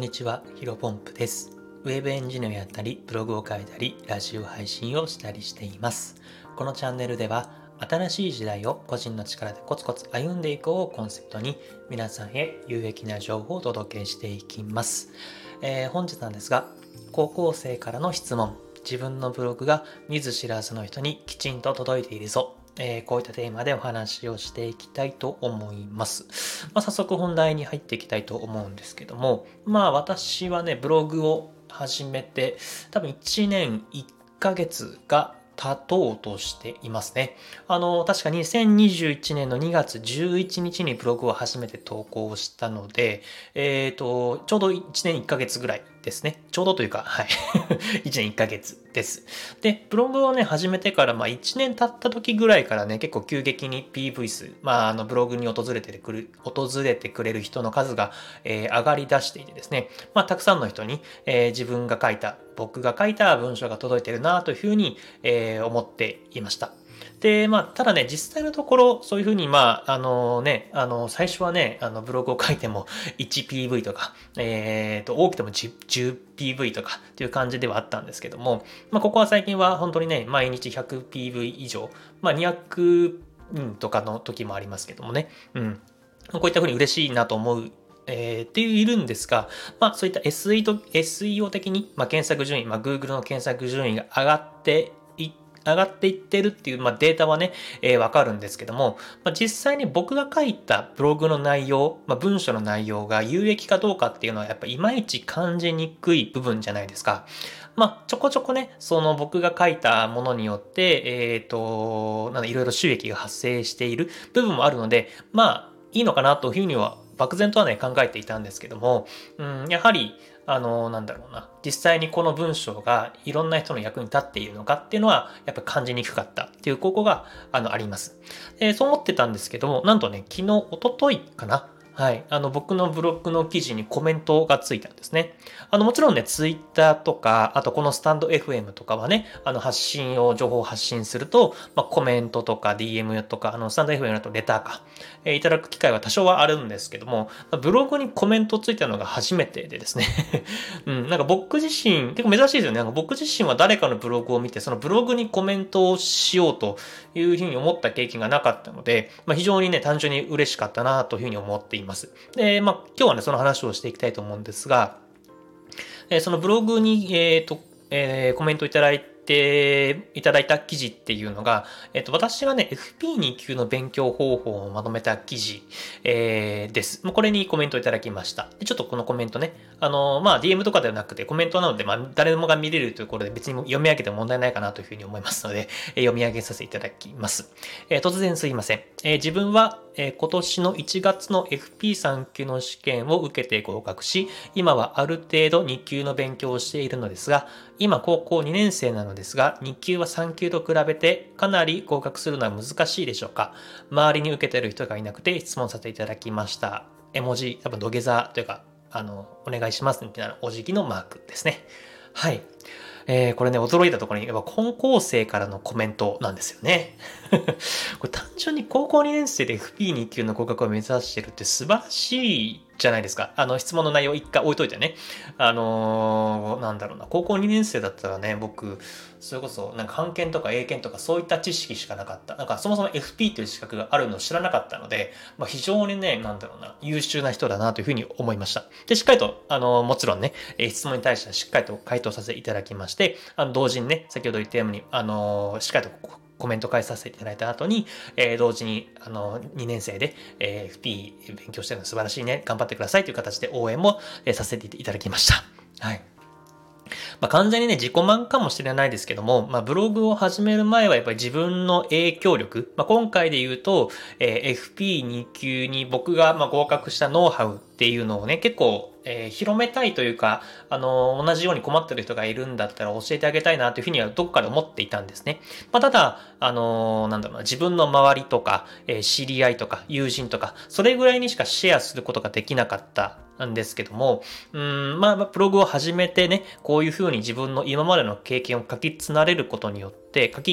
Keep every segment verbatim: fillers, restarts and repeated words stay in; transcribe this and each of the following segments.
にちは、ヒロポンプです。ウェブエンジニアをやったり、ブログを書いたり、ラジオ配信をしたりしています。このチャンネルでは、新しい時代を個人の力でコツコツ歩んでいこうをコンセプトに、皆さんへ有益な情報をお届けしていきます。えー、本日なんですが、高校生からの質問、自分のブログが見ず知らずの人にきちんと届いているぞ。えー、こういったテーマでお話をしていきたいと思います。まあ、早速本題に入っていきたいと思うんですけども、まあ私はね、ブログを始めて多分いちねんいっかげつが経とうとしていますね。あの、確かにせんにじゅういちねんのにがつじゅういちにちにブログを初めて投稿したので、えっと、ちょうどいちねんいっかげつぐらいですね。ちょうどというか、はい。いちねんいっかげつです。で、ブログをね、始めてから、まあいちねん経った時ぐらいからね、結構急激に ピーブイ 数、まああの、ブログに訪れてくる、訪れてくれる人の数が、えー、上がり出していてですね、まあたくさんの人に、えー、自分が書いた、僕が書いた文章が届いてるなというふうに、えー、思っていました。で、まあ、ただね、実際のところ、そういうふうに、まあ、あのね、あの、最初はね、あの、ブログを書いても いちピーブイ とか、えっと、多くても じゅうピーブイ とかっていう感じではあったんですけども、まあ、ここは最近は本当にね、毎日 ひゃくピーブイ 以上、まあ、にひゃくにんとかの時もありますけどもね、うん。こういったふうに嬉しいなと思うえー、っていういるんですが、まあそういった エスイー と エスイーオー 的に、まあ、検索順位、まあ Google の検索順位が上がってい上がっていってるっていう、まあ、データはね、えー、わかるんですけども、まあ、実際に僕が書いたブログの内容、まあ、文章の内容が有益かどうかっていうのはやっぱいまいち感じにくい部分じゃないですか。まあ、ちょこちょこね、その僕が書いたものによって、えっと、なんだ、いろいろ収益が発生している部分もあるので、まあ、いいのかなというふうには漠然とはね、考えていたんですけども、うん、やはり、あの、なんだろうな、実際にこの文章がいろんな人の役に立っているのかっていうのは、やっぱ感じにくかったっていうここが、あの、あります。えー、そう思ってたんですけども、なんとね、昨日、一昨日かな。はい。あの、僕のブログの記事にコメントがついたんですね。あの、もちろんね、ツイッターとか、あとこのスタンド エフエム とかはね、あの、発信を、情報を発信すると、まあ、コメントとか ディーエム とか、あの、スタンド エフエム だとレターか、えー、いただく機会は多少はあるんですけども、ブログにコメントついたのが初めてでですね。うん、なんか僕自身、結構珍しいですよね。なんか僕自身は誰かのブログを見て、そのブログにコメントをしようというふうに思った経験がなかったので、まあ、非常にね、単純に嬉しかったなというふうに思っています。で、まあ、今日はね、その話をしていきたいと思うんですが、えー、そのブログに、えっと、えー、コメントいただいて、いただいた記事っていうのが、えっと、私がね、エフピーに 級の勉強方法をまとめた記事、えー、です。これにコメントいただきました。でちょっとこのコメントね、あの、まあ、ディーエム とかではなくてコメントなので、まあ、誰でもが見れるということで別に読み上げても問題ないかなというふうに思いますので、えー、読み上げさせていただきます。えー、突然すいません。えー、自分は、えー、今年のいちがつの エフピーさん 級の試験を受けて合格し、今はある程度に級の勉強をしているのですが、今高校にねん生なのですが、に級はさん級と比べてかなり合格するのは難しいでしょうか。周りに受けている人がいなくて質問させていただきました。絵文字、多分土下座というか、あの、お願いしますみたいなお辞儀のマークですね。はい。えー、これね、驚いたところに、やっぱ高校生からのコメントなんですよね。これ単純に高校にねん生で エフピーに 級の合格を目指してるって素晴らしいじゃないですか。あの、質問の内容一回置いといてね。あのー、なんだろうな、高校にねん生だったらね、僕、それこそ、なんか、漢検とか英検とかそういった知識しかなかった。なんか、そもそも エフピー という資格があるのを知らなかったので、まあ、非常にね、なんだろうな、優秀な人だなというふうに思いました。で、しっかりと、あのー、もちろんね、質問に対してはしっかりと回答させていただきまして、あの、同時にね、先ほど言ったように、あのー、しっかりとコメント返させていただいた後に、えー、同時に、あの、にねん生で、えー、エフピー 勉強してるの素晴らしいね、頑張ってくださいという形で応援も、えー、させていただきました。はい。まあ、完全にね、自己満かもしれないですけども、まあ、ブログを始める前はやっぱり自分の影響力、まあ、今回で言うと、えー、エフピーに 級に僕がまあ合格したノウハウっていうのをね、結構、えー、広めたいというか、あのー、同じように困ってる人がいるんだったら教えてあげたいなというふうにはどこかで思っていたんですね。まあ、ただ、あのー、なんだろうな、自分の周りとか、えー、知り合いとか、友人とか、それぐらいにしかシェアすることができなかったんですけども、うーん、まあ、ブログを始めてね、こういうふうに自分の今までの経験を書き連ねることによって、書き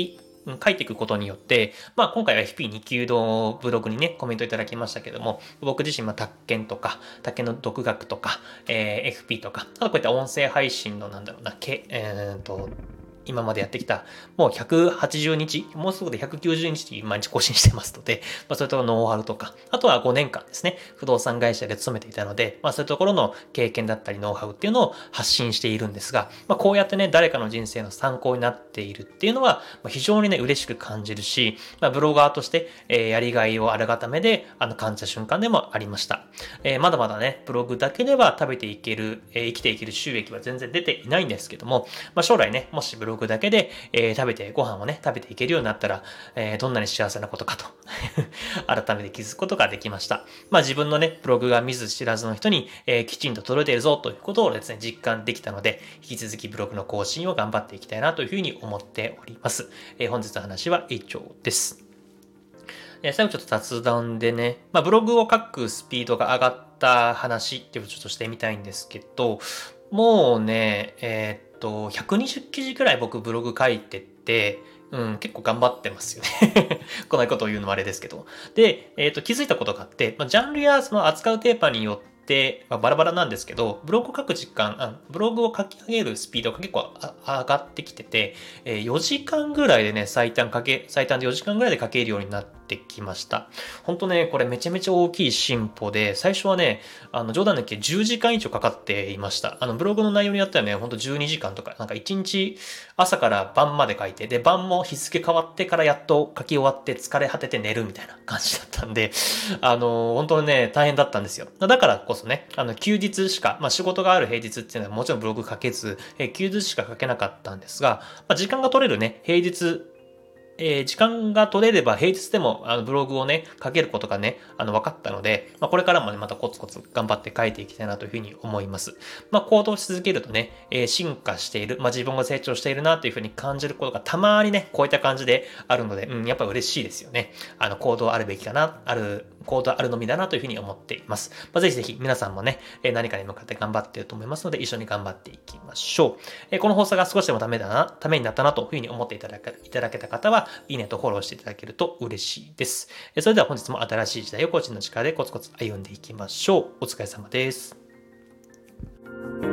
うん書いていくことによって、まあ今回は エフピーに 級のブログにね、コメントいただきましたけども、僕自身、まあ、宅建とか、宅建の独学とか、えー、エフピー とか、あとこういった音声配信のなんだろうな、け、えー、と、今までやってきた、もうひゃくはちじゅうにち、もうすぐでひゃくきゅうじゅうにち毎日更新してますので、まあそういうところのノウハウとか、あとはごねんかんですね、不動産会社で勤めていたので、まあそういうところの経験だったりノウハウっていうのを発信しているんですが、まあこうやってね、誰かの人生の参考になっているっていうのは、非常にね、嬉しく感じるし、まあブロガーとして、えー、やりがいをあるがためで、あの感じた瞬間でもありました。えー、まだまだね、ブログだけでは食べていける、えー、生きていける収益は全然出ていないんですけども、まあ将来ね、もしブログだけで、えー、食べて、ご飯をね、食べていけるようになったら、えー、どんなに幸せなことかと改めて気づくことができました。まあ自分のね、ブログが見ず知らずの人に、えー、きちんと届いているぞということをですね、実感できたので、引き続きブログの更新を頑張っていきたいなというふうに思っております。えー、本日の話は以上です。えー、最後ちょっと雑談でね、まあブログを書くスピードが上がった話っていうのをちょっとしてみたいんですけど、もうね、えー、っと、ひゃくにじゅうきじくらい僕ブログ書いてて、うん、結構頑張ってますよね。こんなことを言うのもあれですけど。で、えー、っと、気づいたことがあって、まあ、ジャンルやその扱うテーマによって、まあ、バラバラなんですけど、ブログを書く時間、あブログを書き上げるスピードが結構上がってきてて、えー、よじかんぐらいでね、最短かけ、最短でよじかんぐらいで書けるようになってきました。ほんとね、これめちゃめちゃ大きい進歩で、最初はね、あの、冗談抜きじゅうじかん以上かかっていました。あの、ブログの内容によってはね、ほんとじゅうにじかんとか、なんかいちにち朝から晩まで書いて、で、晩も日付変わってからやっと書き終わって疲れ果てて寝るみたいな感じだったんで、あの、本当にね、大変だったんですよ。だからこそね、あの、休日しか、まあ仕事がある平日っていうのはもちろんブログ書けず、え休日しか書けなかったんですが、まあ時間が取れるね、平日、えー、時間が取れれば平日でもあのブログをね、書けることがね、あの分かったので、まあ、これからもね、またコツコツ頑張って書いていきたいなというふうに思います。まあ、行動し続けるとね、えー、進化している、まあ、自分が成長しているなというふうに感じることがたまにね、こういった感じであるので、うん、やっぱ嬉しいですよね。あの、行動あるべきかな、ある、行動あるのみだなというふうに思っています。まあ、ぜひぜひ皆さんもね、えー、何かに向かって頑張っていると思いますので、一緒に頑張っていきましょう。えー、この放送が少しでもためだな、ためになったなというふうに思っていただけ、いただけた方は、いいねとフォローしていただけると嬉しいです。それでは本日も新しい時代を個人の力でコツコツ歩んでいきましょう。お疲れ様です。